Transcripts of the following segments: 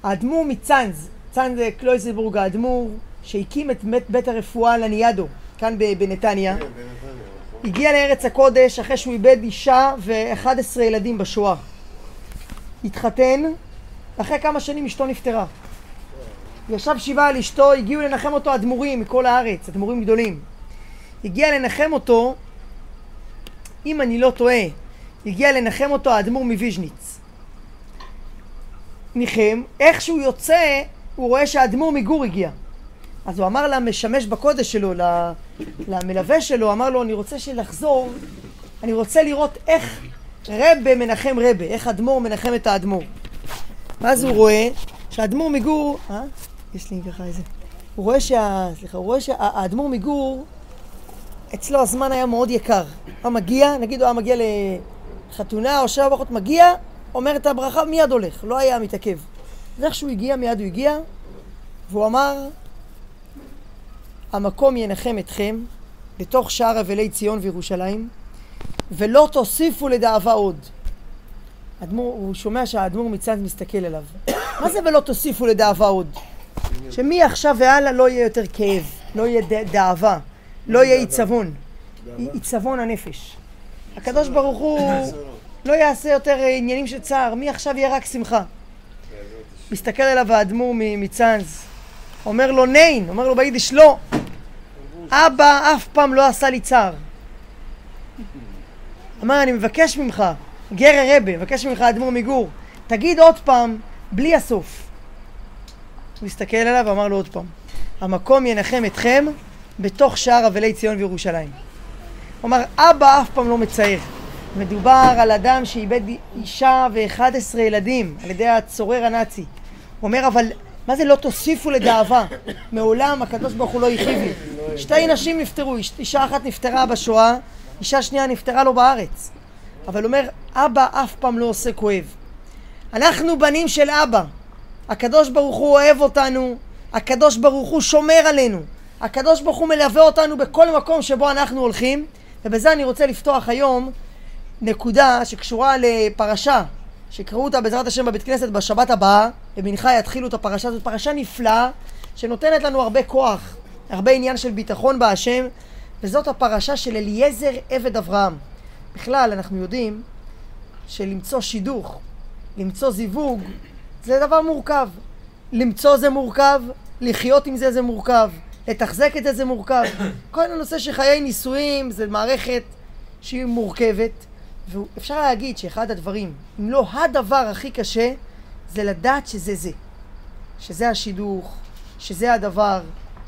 האדמו"ר מצאנז, צאנז קלויסנבורג, האדמו"ר שהקים את בית הרפואה לניאדו, כאן בנתניה, הגיע לארץ הקודש אחרי שהוא איבד אישה ו11 ילדים בשואה. התחתן, אחרי כמה שנים אשתו נפטרה. ישב שבעה על אשתו, הגיעו לנחם אותו אדמו"רים מכל הארץ, אדמו"רים גדולים. הגיע לנחם אותו, אם אני לא טועה, הגיע לנחם אותו האדמו"ר מוויז'ניץ. ניחם, איך שהוא יוצא, הוא רואה שהאדמו"ר מגור הגיע. אז הוא אמר למשמש בקודש שלו, למלווה שלו, אמר לו, אני רוצה שלחזור, אני רוצה לראות איך רבה מנחם רבה, איך אדמו"ר מנחם את האדמו"ר. ואז הוא רואה שהאדמו"ר מגור, יש לי ככה איזה, הוא רואה שהאדמו"ר מגור, אצלו הזמן היה מאוד יקר. הוא מגיע, נגיד הוא היה מגיע לחתונה או שבע ברכות, מגיע, אומר את הברכה, מיד הולך, לא היה מתעכב. ואיך שהוא הגיע, מיד הוא הגיע, והוא אמר, המקום ינחם אתכם בתוך שער אבלי ציון וירושלים, ולא תוסיפו לדאבה עוד. הוא שומע שהאדמו"ר מצאנז מסתכל עליו. מה זה ולא תוסיפו לדאבה עוד? שמי עכשיו והלאה לא יהיה יותר כאב, לא יהיה דאבה, לא יהיה עיצבון. עיצבון הנפש. הקדוש ברוך הוא לא יעשה יותר עניינים של צער, מי עכשיו יהיה רק שמחה. מסתכל אליו האדמו"ר מצאנז, אומר לו נין, אומר לו ביידיש לא, אבא אף פעם לא עשה לי צער. אמר, אני מבקש ממך, גרר רבה, מבקש ממך אדמו"ר מגור, תגיד עוד פעם, בלי הסוף. הוא הסתכל עליו ואמר לו עוד פעם, המקום ינחם אתכם בתוך שער אבלי ציון וירושלים. הוא אמר, אבא אף פעם לא מצער. מדובר על אדם שאיבד אישה ו11 ילדים על ידי הצורר הנאצי. הוא אומר, אבל מה זה לא תוסיפו לדאבה? מעולם הקדוש ברוך הוא לא יחיב לי. שתי נשים נפטרו, אישה אחת נפטרה בשואה, אישה שנייה נפטרה לו בארץ. אבל הוא אומר, אבא אף פעם לא עושה כואב. אנחנו בנים של אבא. הקדוש ברוך הוא אוהב אותנו, הקדוש ברוך הוא שומר עלינו, הקדוש ברוך הוא מלווה אותנו בכל מקום שבו אנחנו הולכים. ובזה אני רוצה לפתוח היום נקודה שקשורה לפרשה שקראו אותה בעזרת השם בבית כנסת בשבת הבאה, במנחה יתחילו את הפרשה הזאת, פרשה נפלאה שנותנת לנו הרבה כוח, הרבה עניין של ביטחון בהשם, וזאת הפרשה של אליעזר עבד אברהם. בכלל אנחנו יודעים שלמצוא שידוך, למצוא זיווג, זה דבר מורכב. למצוא זה מורכב, לחיות עם זה מורכב, לתחזק את זה מורכב. כל הנושא של חיי נישואים זה מערכת שהיא מורכבת, ואפשר להגיד שאחד הדברים, אם לא הדבר הכי קשה, זה לדעת שזה זה. שזה השידוך, שזה הדבר,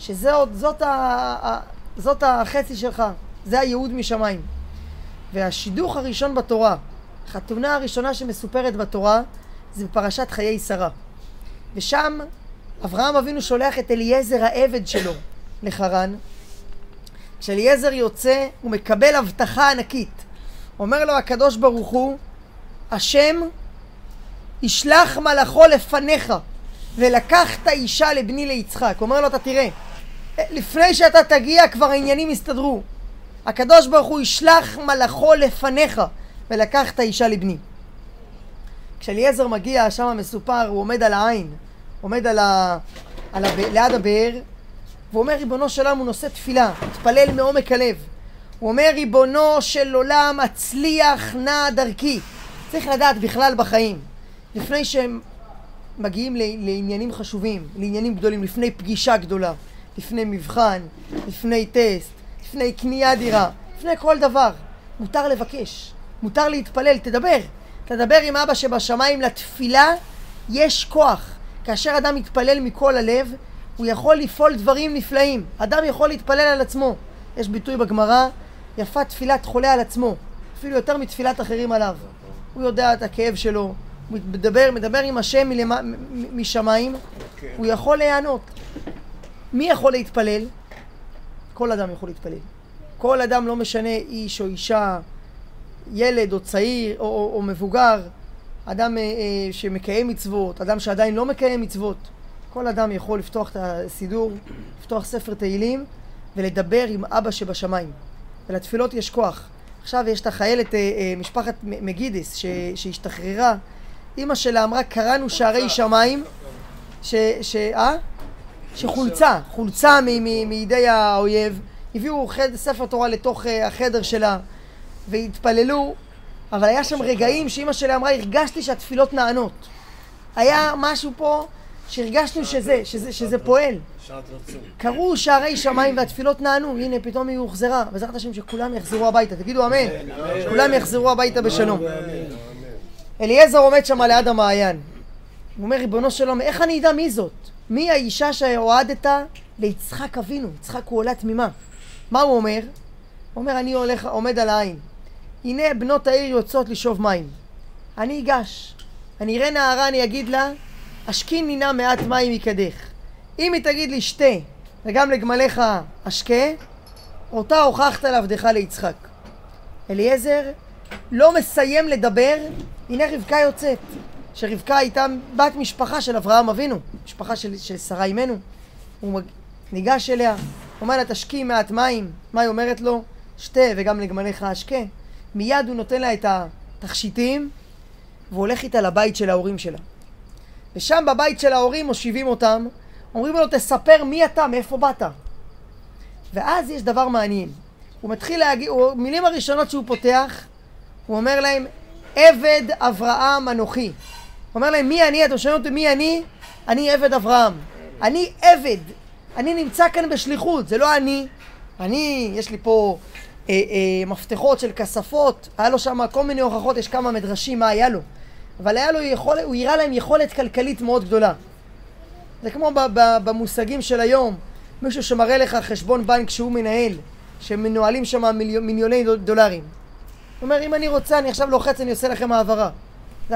זאת החצי שלך, זה הייעוד משמיים. והשידוך הראשון בתורה, החתונה הראשונה שמסופרת בתורה, זה בפרשת חיי שרה. ושם אברהם אבינו שולח את אליעזר העבד שלו לחרן. כשאליעזר יוצא הוא מקבל הבטחה ענקית. אומר לו הקדוש ברוך הוא, השם ישלח מלאכו לפניך ולקחת אישה לבני ליצחק. אומר לו, אתה תראה, לפני שאתה תגיע כבר העניינים יסתדרו. הקדוש ברוך הוא ישלח מלאכו לפניך ולקחת אישה לבני. כשאליעזר מגיע, שם מסופר, הוא עומד על העין, עומד ליד הבאר, והוא אומר, ריבונו של עולם, הוא נושא תפילה, מתפלל מעומק הלב. הוא אומר, ריבונו של עולם, הצליח נא דרכי. צריך לדעת בכלל בחיים, לפני שהם מגיעים לעניינים חשובים, לעניינים גדולים, לפני פגישה גדולה, לפני מבחן, לפני טסט, לפני קנייה דירה, לפני כל דבר, מותר לבקש, מותר להתפלל, תדבר עם אבא שבשמיים. לתפילה יש כוח. כאשר אדם מתפלל מכל הלב, הוא יכול לפעול דברים נפלאים. אדם יכול להתפלל על עצמו. יש ביטוי בגמרא, יפה תפילת חולה על עצמו, אפילו יותר מתפילת אחרים עליו. הוא יודע את הכאב שלו, הוא מדבר עם השם משמיים, הוא יכול להיענות. מי יכול להתפלל? כל אדם יכול להתפלל. כל אדם, לא משנה איש או אישה, ילד או צעיר או מבוגר, אדם שמקיים מצוות, אדם שעדיין לא מקיים מצוות, כל אדם יכול לפתוח את הסידור, לפתוח ספר תהילים ולדבר עם אבא שבשמיים. ולתפילות יש כוח. עכשיו יש את החיילת משפחת מגידיס שהשתחררה, אמא שלה אמרה, קראנו שערי שמיים חולצה מידי האויב, הביאו ספר תורה לתוך החדר שלה והתפללו, אבל היה שם רגעים שאמא שלה אמרה, הרגשתי שהתפילות נענות. היה משהו פה שהרגשנו שזה פועל. קראו שערי שמיים והתפילות נענו, הנה פתאום היא הוחזרה, בעזרת השם שכולם יחזרו הביתה, תגידו אמן, שכולם יחזרו הביתה בשלום. אליעזר עומד שם ליד המעיין, הוא אומר, ריבונו שלום, איך אני אדע מי זאת? מי האישה שהועדת ליצחק אבינו? יצחק הוא עולה תמימה. מה הוא אומר? הוא אומר, אני עומד על העין, הנה בנות העיר יוצאות לשאוב מים, אני אגש, אני אראה נערה, אני אגיד לה, אשכין נינה מעט מים מקדך, אם היא תגיד לי שתה וגם לגמליך אשקה, אותה הוכחת לעבדך ליצחק. אליעזר לא מסיים לדבר, הנה רבקה יוצאת, שרבקה הייתה בת משפחה של אברהם אבינו, משפחה של שרה אימנו. הוא ניגש אליה, אומר לה תשקי מעט מים, מה היא אומרת לו? שתה וגם לגמליך אשקה. מיד הוא נותן לה את התכשיטים והוא הולך איתה לבית של ההורים שלה, ושם בבית של ההורים מושיבים אותם, אומרים לו תספר מי אתה, מאיפה באת. ואז יש דבר מעניין, הוא מתחיל להגיד, מילים הראשונות שהוא פותח, הוא אומר להם עבד אברהם אנוכי. הוא אומר להם מי אני? אתם שומעים אותי מי אני? אני עבד אברהם, אני עבד, אני נמצא כאן בשליחות, זה לא אני יש לי פה מפתחות של כספות, היה לו שם כל מיני הוכחות, יש כמה מדרשים מה היה לו, אבל היה לו הוא הראה להם יכולת כלכלית מאוד גדולה. זה כמו במושגים של היום, מישהו שמראה לך חשבון בנק שהוא מנהל, שמנוהלים שם מיליוני דולרים. הוא אומר, אם אני רוצה, אני עכשיו לוחץ, אני עושה לכם העברה. זה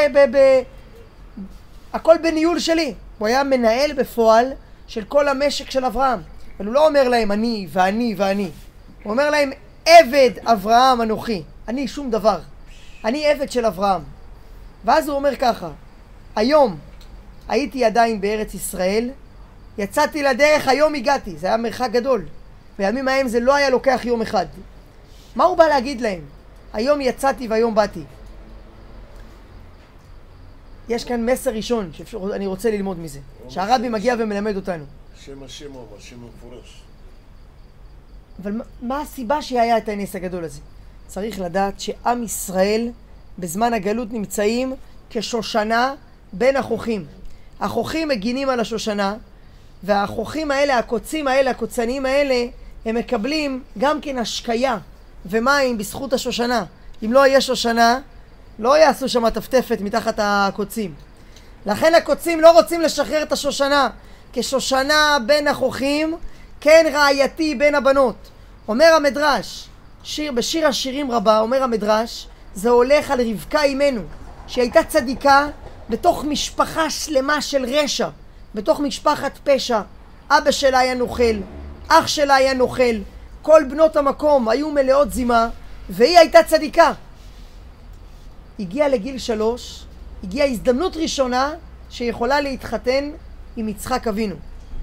הכל בניהול שלי. הוא היה מנהל בפועל של כל המשק של אברהם. אבל הוא לא אומר להם אני ואני ואני. הוא אומר להם עבד אברהם אנוכי. אני שום דבר. אני עבד של אברהם. ואז הוא אומר ככה, היום הייתי עדיין בארץ ישראל, יצאתי לדרך, היום הגעתי. זה היה מרחק גדול. בימים ההם זה לא היה לוקח יום אחד. מה הוא בא להגיד להם? היום יצאתי והיום באתי. יש כאן מסר ראשון שאני רוצה ללמוד מזה, שהרבי מגיע ומלמד אותנו. שם השם מפורש. אבל מה הסיבה שהיה את הנס הגדול הזה? צריך לדעת שעם ישראל בזמן הגלות נמצאים כשושנה בין החוכים. החוכים מגינים על השושנה, והחוכים האלה, הקוצניים האלה, הם מקבלים גם כן השקיה ומים בזכות השושנה. אם לא יהיה שושנה, לא יעשו שם טפטפת מתחת הקוצים. לכן הקוצים לא רוצים לשחרר את השושנה, כשושנה בין החוכים, כן רעייתי בין הבנות. אומר המדרש, בשיר השירים רבה, אומר המדרש, זה הולך על רבקה אימנו, שהייתה צדיקה בתוך משפחה שלמה של רשע, בתוך משפחת פשע. אבא שלה היה נוכל, אח שלה היה נוכל, כל בנות המקום היו מלאות זימה, והיא הייתה צדיקה. הגיעה לגיל 3, הגיעה הזדמנות ראשונה שיכולה להתחתן עם יצחק אבינו.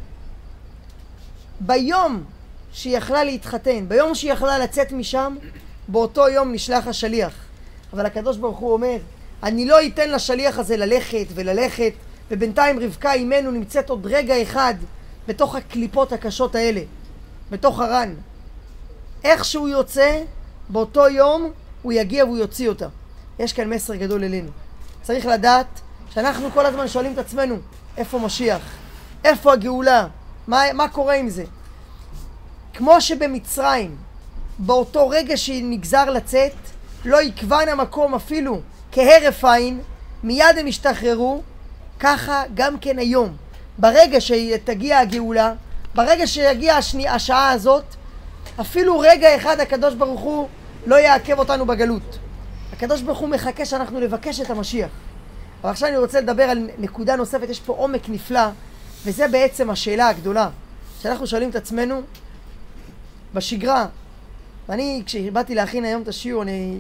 ביום שהיא יכלה להתחתן, ביום שהיא יכלה לצאת משם, באותו יום נשלח השליח. אבל הקדוש ברוך הוא אומר, אני לא אתן לשליח הזה ללכת, ובינתיים רבקה אימנו נמצאת עוד רגע אחד בתוך הקליפות הקשות האלה, בתוך הרן. איך שהוא יוצא, באותו יום הוא יגיע והוא יוציא אותה. יש כאן מסר גדול אלינו. צריך לדעת שאנחנו כל הזמן שואלים את עצמנו, איפה משיח? איפה הגאולה? מה קורה עם זה? כמו שבמצרים, באותו רגע שנגזר לצאת, לא יקבן המקום אפילו כהרף עין, מיד הם השתחררו, ככה גם כן היום. ברגע שתגיע הגאולה, ברגע שיגיע השעה הזאת, אפילו רגע אחד הקדוש ברוך הוא לא יעכב אותנו בגלות. הקדוש ברוך הוא מחכה שאנחנו נבקש את המשיח. אבל עכשיו אני רוצה לדבר על נקודה נוספת, יש פה עומק נפלא, וזה בעצם השאלה הגדולה, שאנחנו שואלים את עצמנו בשגרה. ואני, כשבאתי להכין היום את השיעור, אני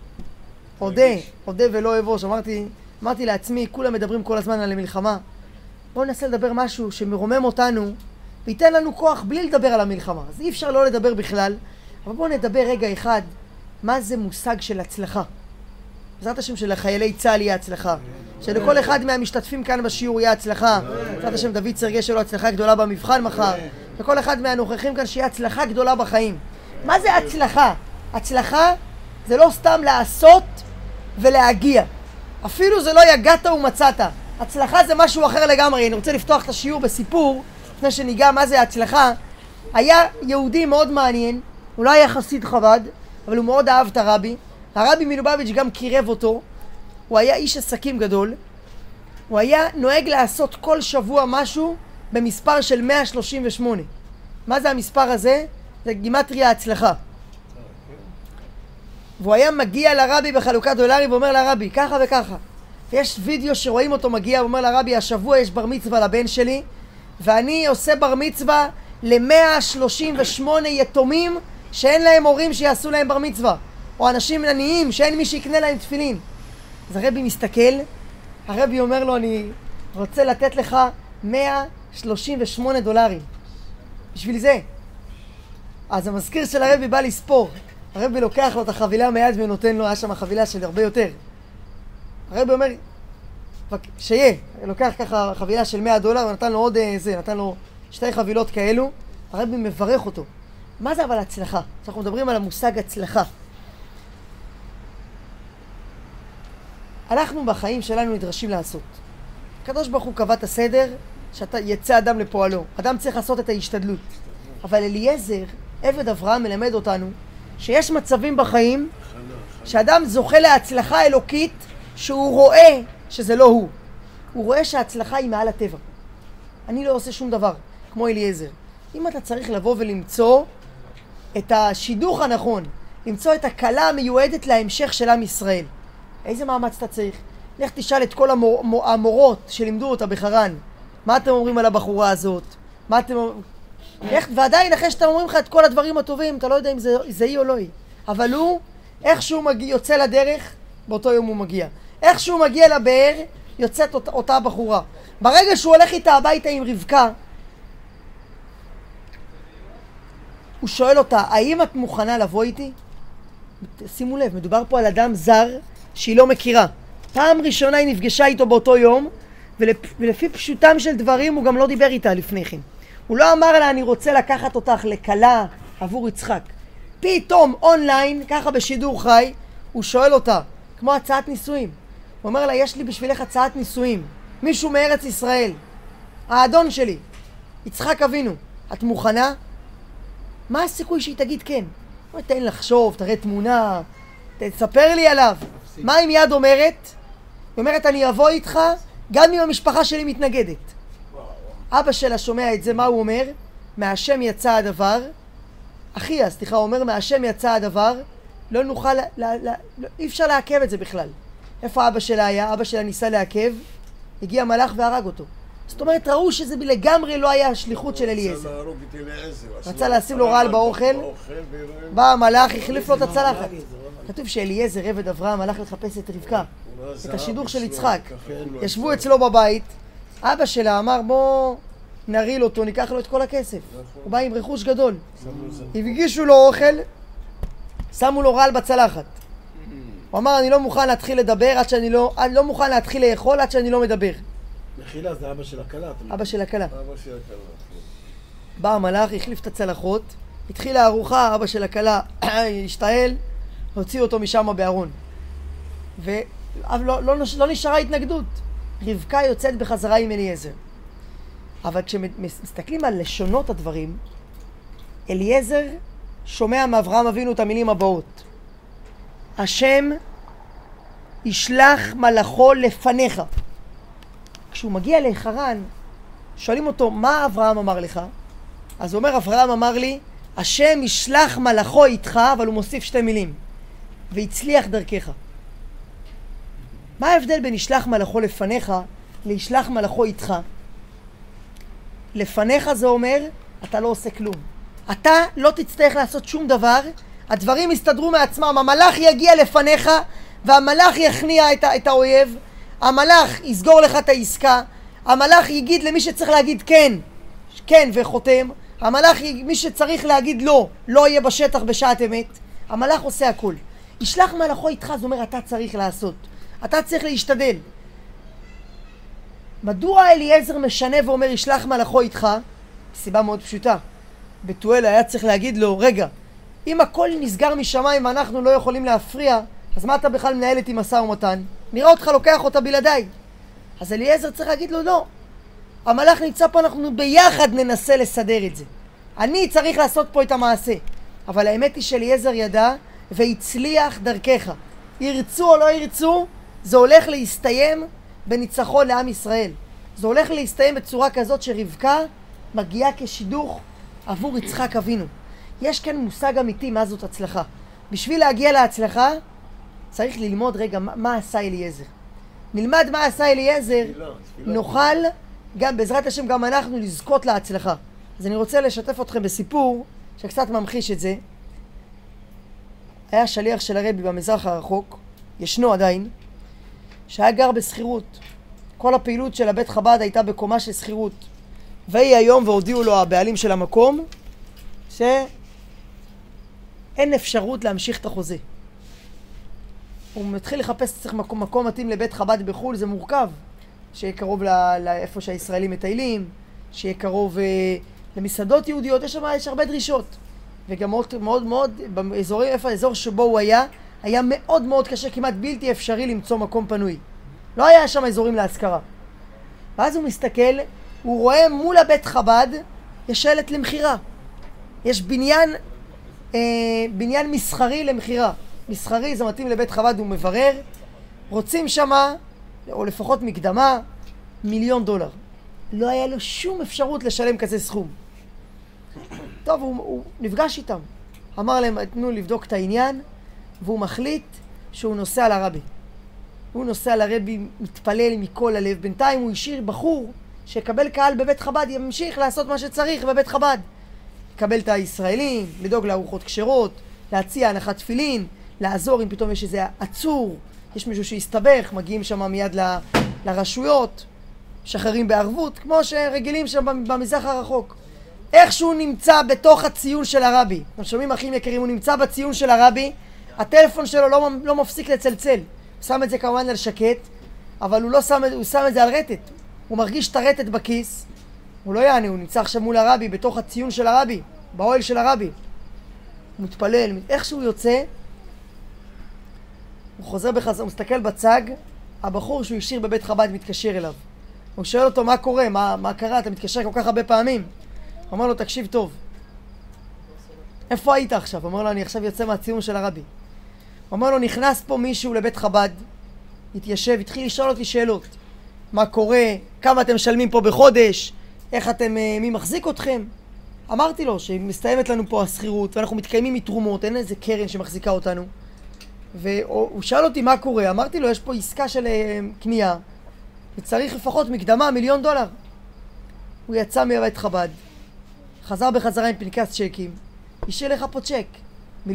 עודה ולא אבוש. אמרתי לעצמי, כולם מדברים כל הזמן על המלחמה. בואו ננסה לדבר משהו שמרומם אותנו, וייתן לנו כוח בלי לדבר על המלחמה. אז אי אפשר לא לדבר בכלל, אבל בואו נדבר רגע אחד, מה זה מושג של הצלחה. בעזרת השם שלחיילי צה"ל יהיה הצלחה, שלכל אחד מהמשתתפים כאן בשיעור יהיה הצלחה, בעזרת השם דוד סרגי שלו הצלחה גדולה במבחן מחר, וכל אחד מהנוכחים כאן שיהיה הצלחה גדולה בחיים. מה זה הצלחה? הצלחה זה לא סתם לעשות ולהגיע, אפילו זה לא יגעת ומצאת. הצלחה זה משהו אחר לגמרי. אני רוצה לפתוח את השיעור בסיפור לפני שניגע מה זה הצלחה. היה יהודי מאוד מעניין, הוא לא היה חסיד חב"ד, אבל הוא מאוד אהב את הרבי. הרבי מלובביץ' גם קירב אותו. הוא היה איש עסקים גדול. הוא היה נוהג לעשות כל שבוע משהו במספר של 138. מה זה המספר הזה? זה גימטריה הצלחה. והוא היה מגיע לרבי בחלוקת דולרים ואומר לרבי ככה וככה. ויש וידאו שרואים אותו מגיע ואומר לרבי, השבוע יש בר מצווה לבן שלי ואני עושה בר מצווה ל-138 יתומים שאין להם הורים שיעשו להם בר מצווה, או אנשים עניים שאין מי שיקנה להם תפילין. אז הרבי מסתכל, הרבי אומר לו, אני רוצה לתת לך 138 דולרים בשביל זה. אז המזכיר של הרבי בא לספור, הרבי לוקח לו את החבילה מיד ונותן לו, היה שם חבילה של הרבה יותר. הרבי אומר, שיהיה, לוקח ככה חבילה של 100 דולר ונתן לו עוד זה, נתן לו 2 חבילות כאלו. הרבי מברך אותו. מה זה אבל הצלחה? אנחנו מדברים על המושג הצלחה. אנחנו בחיים שלנו נדרשים לעשות. הקדוש ברוך הוא קבע את הסדר שאתה יצא אדם לפועלו. אדם צריך לעשות את ההשתדלות. אבל אליעזר, עבד אברהם, מלמד אותנו שיש מצבים בחיים שאדם זוכה להצלחה אלוקית שהוא רואה שזה לא הוא. הוא רואה שההצלחה היא מעל הטבע. אני לא עושה שום דבר, כמו אליעזר. אם אתה צריך לבוא ולמצוא את השידוך הנכון, למצוא את הקלה המיועדת להמשך של עם ישראל, איזה מאמץ אתה צריך? לך תשאל את כל המורות שלימדו אותה בחרן, מה אתם אומרים על הבחורה הזאת? מה אתם... ועדיין אחרי שאתם אומרים לך את כל הדברים הטובים, אתה לא יודע אם זה היא או לא היא. אבל הוא, איכשהו יוצא לדרך, באותו יום הוא מגיע. איכשהו מגיע לבאר, יוצאת אותה בחורה. ברגע שהוא הולך איתה הביתה עם רבקה, הוא שואל אותה, האם את מוכנה לבוא איתי? שימו לב, מדובר פה על אדם זר שהיא לא מכירה. פעם ראשונה היא נפגשה איתו באותו יום, ולפי פשוטם של דברים הוא גם לא דיבר איתה לפני כן. הוא לא אמר לה, אני רוצה לקחת אותך לכלה עבור יצחק. פתאום אונליין, ככה בשידור חי, הוא שואל אותה, כמו הצעת נישואים. הוא אומר לה, יש לי בשבילך הצעת נישואים. מישהו מארץ ישראל, האדון שלי, יצחק אבינו, את מוכנה? מה הסיכוי שהיא תגיד כן? הוא תן לחשוב, תראה תמונה, תספר לי עליו. מה היא מיד אומרת? היא אומרת, אני אבוא איתך גם אם המשפחה שלי מתנגדת. אבא שלה שומע את זה, מה הוא אומר? מהשם יצא הדבר. אחיה, סליחה, הוא אומר, מהשם יצא הדבר, לא נוכל, אי אפשר לעכב את זה בכלל. איפה אבא שלה היה? אבא שלה ניסה לעכב, הגיע מלאך והרג אותו. זאת אומרת, ראו שזה לגמרי לא היה השליחות של אליעזר. רצה לשים לו רעל באוכל, בא המלאך, החליף לו את הצלחת. כתוב שאליעזר, עבד אברהם, הלך לחפש את רבקה, את השידוך של יצחק. ישבו אצלו בבית, אבא שלה אמר, בוא נריל אותו, ניקח לו את כל הכסף. הוא בא עם רכוש גדול. הפגישו לו אוכל, שמו לו רעל בצלחת. הוא אמר, אני לא מוכן להתחיל לדבר אני לא מוכן להתחיל לאכול עד שאני לא מדבר. מחילה, זה אבא של הכלה. אבא של הכלה. בא המלאך, החליף את הצלחות, התחילה הארוחה, אבא של הכלה השתעל, הוציא אותו משם בארון. לא נשארה התנגדות. רבקה יוצאת בחזרה עם אליעזר. אבל כשמסתכלים על לשונות הדברים, אליעזר שומע מאברהם אבינו את המילים הבאות. השם ישלח מלאכו לפניך. כשהוא מגיע לחרן, שואלים אותו, מה אברהם אמר לך? אז הוא אומר, אברהם אמר לי, השם ישלח מלאכו איתך, אבל הוא מוסיף 2 מילים. והצליח דרכך. מה ההבדל בין ישלח מלאכו לפניך לישלח מלאכו איתך? לפניך זה אומר, אתה לא עושה כלום. אתה לא תצטרך לעשות שום דבר, הדברים יסתדרו מעצמם, המלאך יגיע לפניך, והמלאך יכניע את האויב, המלאך יסגור לך את העסקה, המלאך יגיד למי שצריך להגיד כן, כן וחותם, המלאך, מי שצריך להגיד לא, לא יהיה בשטח בשעת אמת, המלאך עושה הכל. ישלח מלאכו איתך, זאת אומרת, אתה צריך לעשות. אתה צריך להשתדל. מדוע אליעזר משנה ואומר, ישלח מלאכו איתך? סיבה מאוד פשוטה. בתואל היה צריך להגיד לו, רגע, אם הכל נסגר משמיים ואנחנו לא יכולים להפריע, אז מה אתה בכלל מנהל איתי משא ומתן? נראה אותך לוקח אותה בלעדיי. אז אליעזר צריך להגיד לו, לא. המלאך נמצא פה, אנחנו ביחד ננסה לסדר את זה. אני צריך לעשות פה את המעשה. אבל האמת היא שאליעזר ידע והצליח דרכך. ירצו או לא ירצו, זה הולך להסתיים בניצחון לעם ישראל. זה הולך להסתיים בצורה כזאת שרבקה מגיעה כשידוך עבור יצחק אבינו. יש כאן מושג אמיתי מה זאת הצלחה. בשביל להגיע להצלחה צריך ללמוד רגע מה עשה אליעזר. נלמד מה עשה אליעזר, נוכל גם בעזרת השם גם אנחנו לזכות להצלחה. אז אני רוצה לשתף אתכם בסיפור שקצת ממחיש את זה. היה שליח של הרבי במזרח הרחוק, ישנו עדיין, שהיה גר בסחירות. כל הפעילות של הבית חב"ד הייתה בקומה של סחירות. והיא היום והודיעו לו הבעלים של המקום שאין אפשרות להמשיך את החוזה. הוא מתחיל לחפש, צריך מקום מתאים לבית חב"ד בחול, זה מורכב. שיהיה קרוב לאיפה שהישראלים מטיילים, שיהיה קרוב למסעדות יהודיות, יש הרבה דרישות. וגם מאוד באזורים, איפה האזור שבו הוא היה מאוד מאוד קשה, כמעט בלתי אפשרי למצוא מקום פנוי. לא היה שם אזורים להשכרה. ואז הוא מסתכל, הוא רואה מול הבית חב"ד, יש שלט למחירה. יש בניין מסחרי למחירה. מסחרי זה מתאים לבית חב"ד, הוא מברר. רוצים שמה, או לפחות מקדמה, $1,000,000. לא היה לו שום אפשרות לשלם כזה סכום. טוב, הוא נפגש איתם. אמר להם, תנו לבדוק את העניין, והוא מחליט שהוא נוסע לרבי. הוא נוסע לרבי, מתפלל מכל הלב. בינתיים הוא השאיר בחור שיקבל קהל בבית חב"ד, ימשיך לעשות מה שצריך בבית חב"ד. יקבל את הישראלים, לדאוג לארוחות כשרות, להציע הנחת תפילין, לעזור אם פתאום יש איזה עצור, יש מישהו שהסתבך, מגיעים שם מיד לרשויות, שחררים בערבות, כמו שרגילים שם במזרח הרחוק. איכשהו נמצא בתוך הציון של הרבי. אתם שומעים אחים יקרים, הוא נמצא בציון של הרבי, הטלפון שלו לא מפסיק לצלצל. הוא שם את זה כמובן על שקט, אבל הוא שם את זה על רטט. הוא מרגיש את הרטט בכיס, הוא לא יענה, הוא נמצא עכשיו מול הרבי, בתוך הציון של הרבי, באוהל של הרבי. הוא מתפלל, איכשהו יוצא, הוא חוזר בחזרה, הוא מסתכל בצג, הבחור שהוא השאיר בבית חב"ד מתקשר אליו. הוא שואל אותו מה קורה, מה קרה, אתה מתקשר כל כך הרבה פעמים. הוא אומר לו, תקשיב טוב, איפה היית עכשיו? הוא אומר לו, אני עכשיו יוצא מהציון של הרבי. הוא אומר לו, נכנס פה מישהו לבית חב"ד, התיישב, התחיל לשאול אותי שאלות. מה קורה, כמה אתם משלמים פה בחודש, איך אתם, מי מחזיק אתכם? אמרתי לו שמסתיימת לנו פה הסחירות, ואנחנו מתקיימים מתרומות, אין איזה קרן שמחזיקה אותנו. והוא שאל אותי מה קורה, אמרתי לו, יש פה עסקה של קנייה, וצריך לפחות מקדמה $1,000,000. הוא יצא מבית חב"ד, חזר בחזרה עם פנקס צ'קים, השאיר לך פה צ'ק, $1,000,000.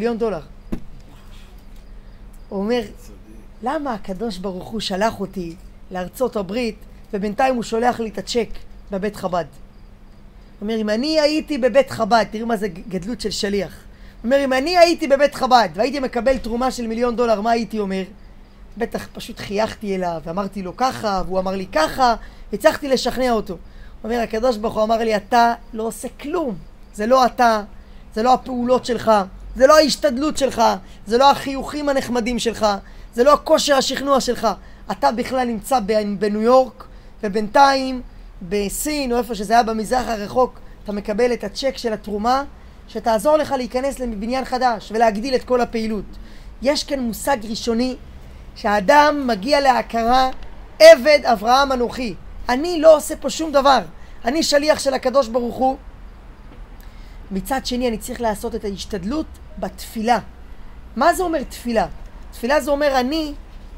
הוא אומר, למה הקדוש ברוך הוא שלח אותי לארצות הברית, ובינתיים הוא שולח לי את הצ'ק בבית חב"ד? הוא אומר, אם אני הייתי בבית חב"ד, תראו מה זה גדלות של שליח. הוא אומר, אם אני הייתי בבית חב"ד, והייתי מקבל תרומה של $1,000,000, מה הייתי אומר? בטח פשוט חייכתי אליו, ואמרתי לו ככה, והוא אמר לי ככה, הצלחתי לשכנע אותו. הוא אומר, הקדוש ברוך הוא אמר לי, אתה לא עושה כלום. זה לא אתה, זה לא הפעולות שלך, זה לא ההשתדלות שלך, זה לא החיוכים הנחמדים שלך, זה לא הכושר השכנוע שלך. אתה בכלל נמצא בניו יורק, ובינתיים בסין, או איפה שזה היה במזרח הרחוק, אתה מקבל את הצ'ק של התרומה, שתעזור לך להיכנס לבניין חדש, ולהגדיל את כל הפעילות. יש כאן מושג ראשוני, שהאדם מגיע להכרה, עבד אברהם אנוכי. אני לא עושה פה שום דבר. אני שליח של הקדוש ברוך הוא. מצד שני, אני צריך לעשות את ההשתדלות בתפילה. מה זה אומר תפילה? תפילה זה אומר, אני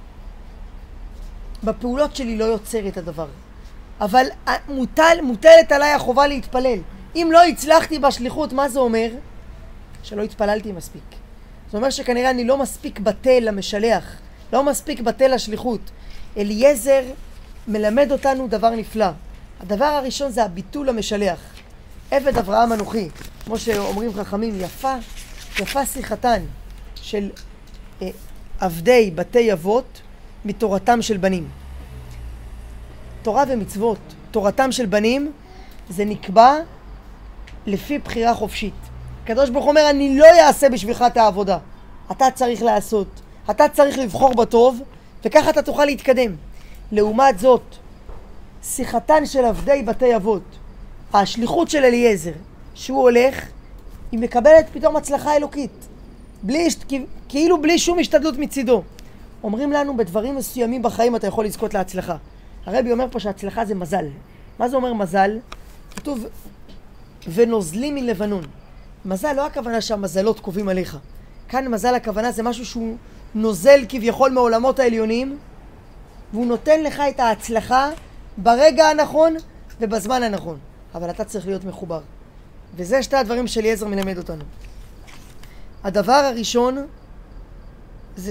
בפעולות שלי לא יוצר את הדבר. אבל מוטלת עליי החובה להתפלל. אם לא הצלחתי בשליחות, מה זה אומר? שלא התפללתי מספיק. זה אומר שכנראה אני לא מספיק בטל למשלח, לא מספיק בטל לשליחות. אליעזר מלמד אותנו דבר נפלא. הדבר הראשון זה הביטול למשלח. עבד אברהם אנוכי, כמו שאומרים חכמים, יפה שיחתן של עבדי בתי אבות מתורתם של בנים. תורה ומצוות, תורתם של בנים, זה נקבע לפי בחירה חופשית. הקדוש ברוך הוא אומר, אני לא אעשה בשבילך את העבודה. אתה צריך לעשות. אתה צריך לבחור בטוב, וככה אתה תוכל להתקדם. לעומת זאת, שיחתן של עבדי בתי אבות, השליחות של אליעזר, שהוא הולך, היא מקבלת פתאום הצלחה אלוקית. כאילו בלי שום השתדלות מצידו. אומרים לנו, בדברים מסוימים בחיים אתה יכול לזכות להצלחה. הרבי אומר פה שההצלחה זה מזל. מה זה אומר מזל? כתוב, ונוזלים מלבנון. מזל לא הכוונה שהמזלות קובעים עליך. כאן מזל הכוונה זה משהו שהוא נוזל כביכול מעולמות העליונים, והוא נותן לך את ההצלחה ברגע הנכון ובזמן הנכון. אבל אתה צריך להיות מחובר. וזה שתי הדברים שאליעזר מלמד אותנו. הדבר הראשון זה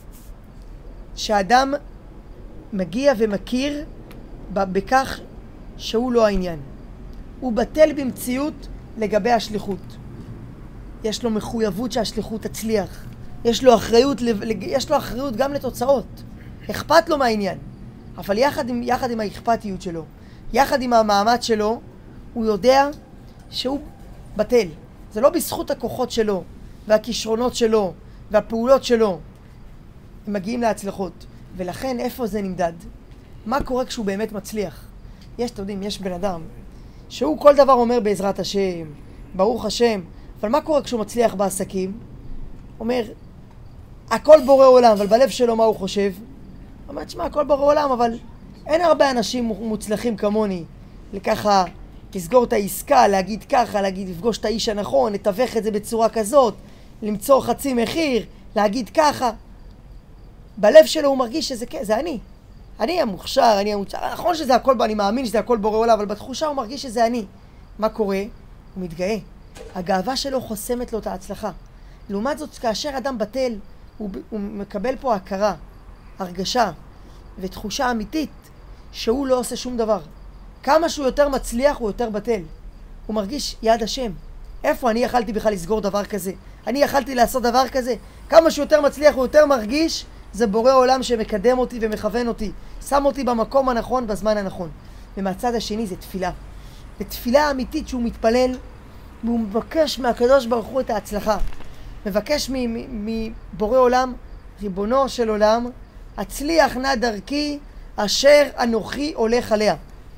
שהאדם מגיע ומכיר בכך שהוא לא העניין. הוא בטל במציאות לגבי השליחות. יש לו מחויבות שהשליחות תצליח. יש לו אחריות גם לתוצאות. אכפת לו מהעניין. אבל יחד עם האכפתיות שלו, יחד עם המאמץ שלו, הוא יודע שהוא בטל. זה לא בזכות הכוחות שלו, והכישרונות שלו, והפעולות שלו. הם מגיעים להצלחות. ולכן איפה זה נמדד? מה קורה כשהוא באמת מצליח? אתם יודעים, יש בן אדם שהוא כל דבר אומר בעזרת השם, ברוך השם, אבל מה קורה כשהוא מצליח בעסקים? אומר, הכל בורא עולם, אבל בלב שלו מה הוא חושב? הוא אומר, תשמע, הכל בורא עולם, אבל אין הרבה אנשים מוצלחים כמוני. לככה, לסגור את העסקה, להגיד ככה, לפגוש את האיש הנכון, לתווך את זה בצורה כזאת, למצוא חצי מחיר, להגיד ככה. בלב שלו הוא מרגיש שזה אני. אני המוכשר, אני המוצר. נכון שזה הכל, אני מאמין שזה הכל בורא עולם, אבל בתחושה הוא מרגיש שזה אני. מה קורה? הוא מתגאה. הגאווה שלו חוסמת לו את ההצלחה. לעומת זאת, כאשר אדם בטל, הוא מקבל פה הכרה, הרגשה ותחושה אמיתית שהוא לא עושה שום דבר. כמה שהוא יותר מצליח, הוא יותר בטל. הוא מרגיש יד השם. איפה אני יכלתי בכלל לסגור דבר כזה? אני יכלתי לעשות דבר כזה? כמה שהוא יותר מצליח, הוא יותר מרגיש, זה בורא עולם שמקדם אותי ומכוון אותי. שם אותי במקום הנכון, בזמן הנכון. ומהצד השני זה תפילה. זה תפילה אמיתית שהוא מתפלל, והוא מבקש מהקדוש ברוך הוא את ההצלחה. מבקש מבורא עולם, ריבונו של עולם, הצליח נא דרכי אשר אנוכי הולך עליה.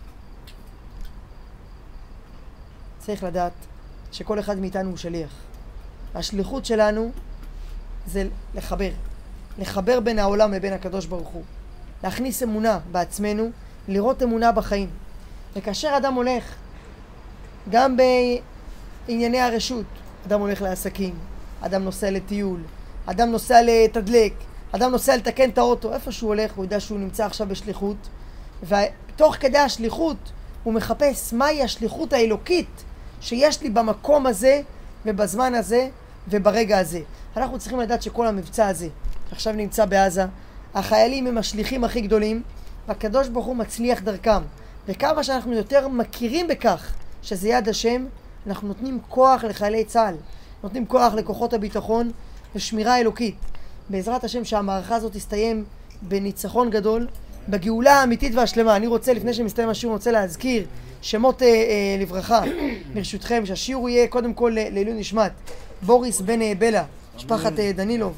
צריך לדעת שכל אחד מאיתנו הוא שליח. השליחות שלנו זה לחבר בין העולם לבין הקדוש ברוך הוא. להכניס אמונה בעצמנו, לראות אמונה בחיים. וכאשר אדם הולך, גם בענייני הרשות, אדם הולך לעסקים, אדם נוסע לטיול, אדם נוסע לתדלק, אדם נוסע לתקן את האוטו, איפה שהוא הולך, הוא יודע שהוא נמצא עכשיו בשליחות, ותוך כדי השליחות הוא מחפש מהי השליחות האלוקית שיש לי במקום הזה ובזמן הזה וברגע הזה. אנחנו צריכים לדעת שכל המבצע הזה שעכשיו נמצא בעזה, החיילים הם השליחים הכי גדולים, והקדוש ברוך הוא מצליח דרכם. וכמה שאנחנו יותר מכירים בכך שזה יד השם, אנחנו נותנים כוח לחיילי צה"ל, נותנים כוח לכוחות הביטחון ושמירה אלוקית. בעזרת השם שהמערכה הזאת תסתיים בניצחון גדול, בגאולה האמיתית והשלמה. אני רוצה, לפני שמסתיים השיעור, רוצה להזכיר שמות לברכה, ברשותכם, שהשיעור יהיה קודם כל לעילוי נשמת בוריס בן בלה, משפחת דנילוב,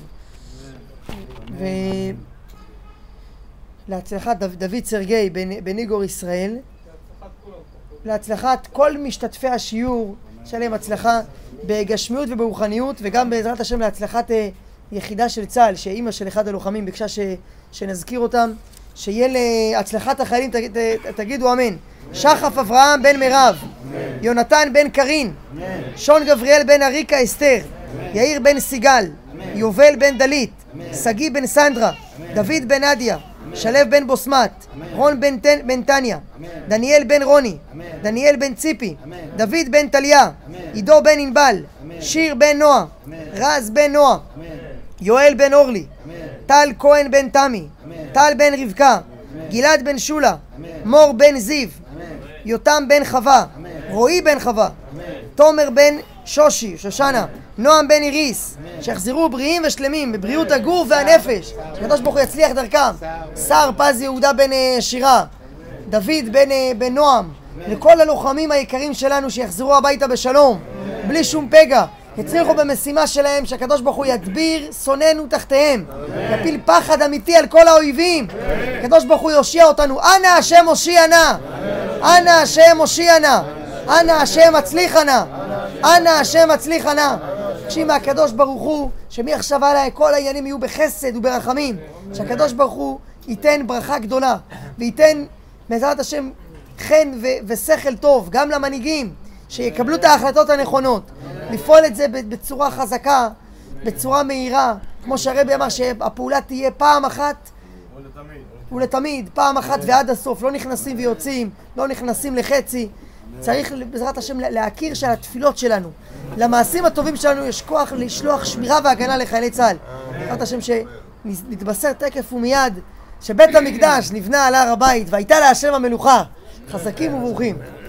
ולהצלחת דוד סרגי בן איגור ישראל, להצלחת כל משתתפי השיעור, שלהם הצלחה בגשמיות וברוחניות, וגם בעזרת השם להצלחת יחידה של צה"ל, שאימא של אחד הלוחמים ביקשה שנזכיר אותם, שיהיה להצלחת החיילים, תגידו אמן. שחף אברהם בן מירב, יונתן בן קרין, שון גבריאל בן אריקה אסתר, יאיר בן סיגל, יובל בן דלית, סגי בן סנדרה, דוד בן אדיה, שלב בן בוסמת, רון בן טניה, דניאל בן רוני, דניאל בן ציפי, דוד בן טליה, עידו בן ענבל, שיר בן נועה, רז בן נועה, יואל בן אורלי, טל כהן בן תמי, טל בן רבקה, גלעד בן שולה, מור בן זיו, יותם בן חווה, רועי בן חווה, תומר בן שושי, שושנה, נועם בן איריס, שיחזרו בריאים ושלמים, בבריאות הגוף והנפש, שהקדוש ברוך הוא יצליח דרכם. שר פז יהודה בן שירה, דוד בן נועם, לכל הלוחמים היקרים שלנו שיחזרו הביתה בשלום, בלי שום פגע, יצליחו במשימה שלהם, שהקדוש ברוך הוא ידביר שונאינו תחתיהם, יפיל פחד אמיתי על כל האויבים, הקדוש ברוך הוא יושיע אותנו. אנא השם הושיע נא, אנא השם הושיע נא, אנא השם הצליחה נא, אנא השם הצליחה נא. תקשיב מהקדוש ברוך הוא שמעכשיו הלאה כל העניינים יהיו בחסד וברחמים, שהקדוש ברוך הוא ייתן ברכה גדולה וייתן בעזרת השם חן ושכל טוב גם למנהיגים, שיקבלו את ההחלטות הנכונות, לפעול את זה בצורה חזקה, בצורה מהירה, כמו שהרבי אמר שהפעולה תהיה פעם אחת ולתמיד, פעם אחת ועד הסוף, לא נכנסים ויוצאים, לא נכנסים לחצי. צריך בעזרת השם להכיר שהתפילות שלנו, למעשים הטובים שלנו יש כוח לשלוח שמירה והגנה לחיילי צה"ל. בעזרת השם שנתבשר תקף ומיד שבית המקדש נבנה על הר הבית והייתה להשם המלוכה. חזקים וברוכים.